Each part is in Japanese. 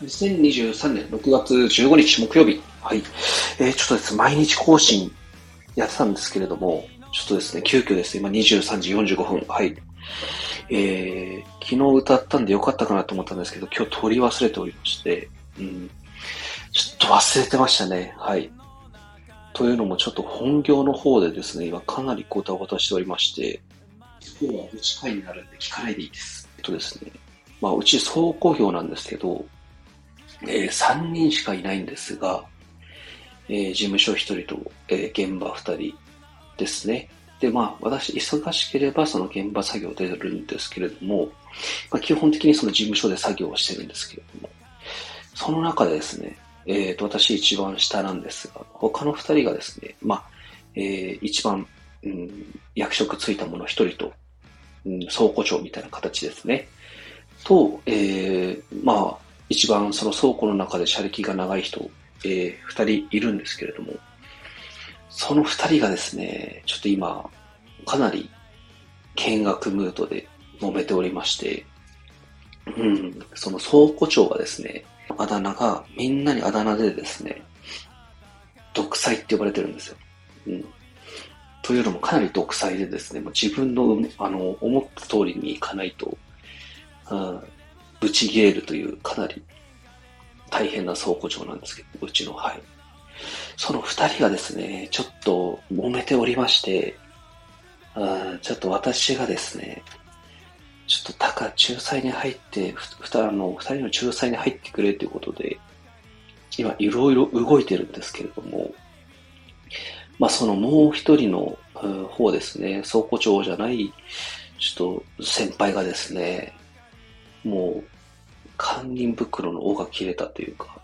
2023年6月15日木曜日。はい。ちょっとですね、毎日更新やってたんですけれども、ちょっとですね、急遽ですね、今23時45分。はい。昨日歌ったんでよかったかなと思ったんですけど、今日取り忘れておりまして、ちょっと忘れてましたね。はい。というのもちょっと本業の方でですね、今かなりごたごたしておりまして、今日はうち会になるんで聞かないでいいです。ですね、うち総工業なんですけど、3人しかいないんですが、事務所1人と、現場2人ですね。で、私、忙しければその現場作業出るんですけれども、基本的にその事務所で作業をしてるんですけれども、その中でですね、私一番下なんですが、他の2人がですね、一番、役職ついたもの1人と、倉庫長みたいな形ですね。と、一番その倉庫の中で車歴が長い人、2人いるんですけれども、その2人がですね、ちょっと今、かなり見学ムードで揉めておりまして、その倉庫長がですね、あだ名が、みんなにあだ名でですね、独裁って呼ばれてるんですよ。というのもかなり独裁でですね、もう自分の、思った通りにいかないと、ブチギレるというかなり大変な倉庫長なんですけど、うちの、はい。その二人がですね、ちょっと揉めておりまして、ちょっと私がですね、ちょっと仲裁に入って、二人の仲裁に入ってくれということで、今いろいろ動いてるんですけれども、そのもう一人の方ですね、倉庫長じゃない、ちょっと先輩がですね、もう、堪忍袋の尾が切れたというか、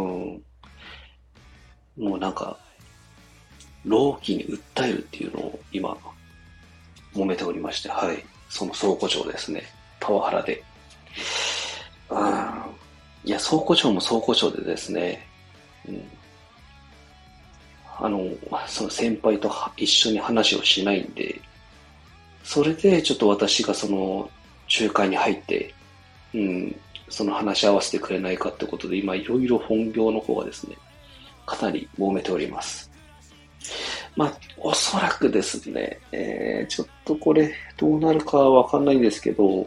もうなんか、労基に訴えるっていうのを今、揉めておりまして、はい。その倉庫長ですね。パワハラで。いや、倉庫長も倉庫長でですね、その先輩と一緒に話をしないんで、それでちょっと私がその仲介に入って、その話し合わせてくれないかってことで、今いろいろ本業の方がですね、かなり揉めております。おそらくですね、ちょっとこれどうなるかわかんないんですけど、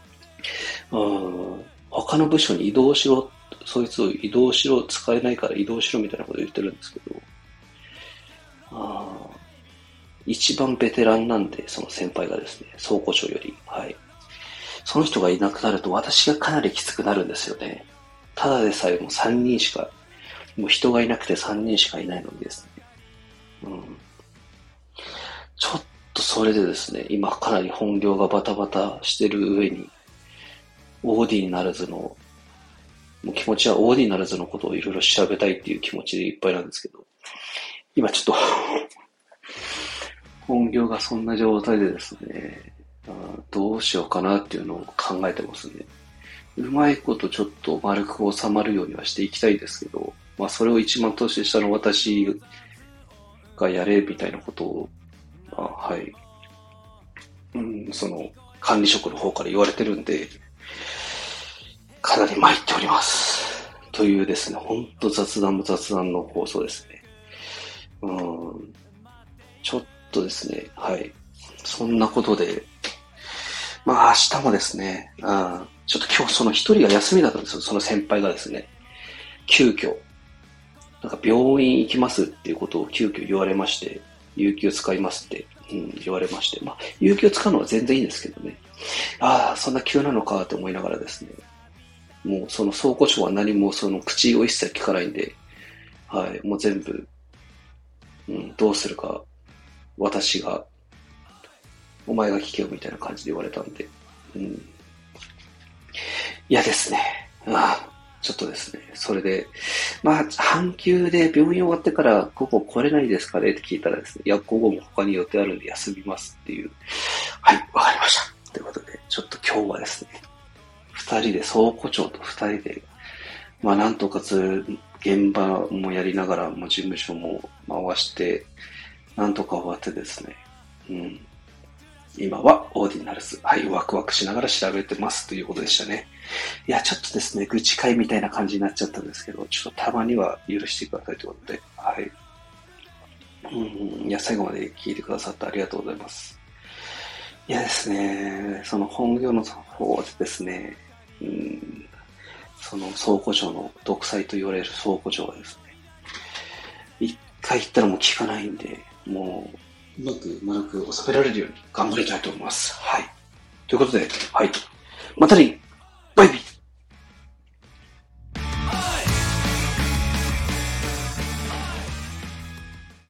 他の部署に移動しろ、そいつを移動しろ、使えないから移動しろみたいなこと言ってるんですけど、一番ベテランなんで、その先輩がですね、倉庫長より、はい。その人がいなくなると私がかなりきつくなるんですよね。ただでさえも3人しか、もう人がいなくて3人しかいないのにですね。ちょっとそれでですね、今かなり本業がバタバタしてる上に、OD ならずの、もう気持ちは OD ならずのことをいろいろ調べたいっていう気持ちでいっぱいなんですけど、今ちょっと本業がそんな状態でですね、どうしようかなっていうのを考えてますね。うまいことちょっと丸く収まるようにはしていきたいですけど、それを一番年下の私がやれみたいなことを、はい。その管理職の方から言われてるんで、かなり参っております。というですね、ほんと雑談も雑談の放送ですね。ちょっとですね、はい。そんなことで、明日もですね、ちょっと今日その一人が休みだったんですよ、その先輩がですね。急遽、なんか病院行きますっていうことを急遽言われまして、有給使いますって、言われまして、有給使うのは全然いいんですけどね。そんな急なのかって思いながらですね、もうその倉庫長は何もその口を一切聞かないんで、はい、もう全部、どうするか、私が、お前が聞けよみたいな感じで言われたんで、嫌ですね。ちょっとですね、それで、半休で病院終わってから午後来れないですかねって聞いたらですね、いや、午後も他に予定あるんで休みますっていう、はい、わかりました。ということで、ちょっと今日はですね、二人で、倉庫長と二人で、なんとか現場もやりながら、もう事務所も回して、なんとか終わってですね、 今はオーディナルズ。はい、ワクワクしながら調べてますということでしたね。いや、ちょっとですね、愚痴会みたいな感じになっちゃったんですけど、ちょっとたまには許してくださいということで、はい。いや、最後まで聞いてくださってありがとうございます。いやですね、その本業の方でですね、その倉庫長の独裁と言われる倉庫長はですね、一回言ったらもう聞かないんで、もう、うまく丸く収められるように頑張りたいと思います。はい。ということで、はい。またねバイビー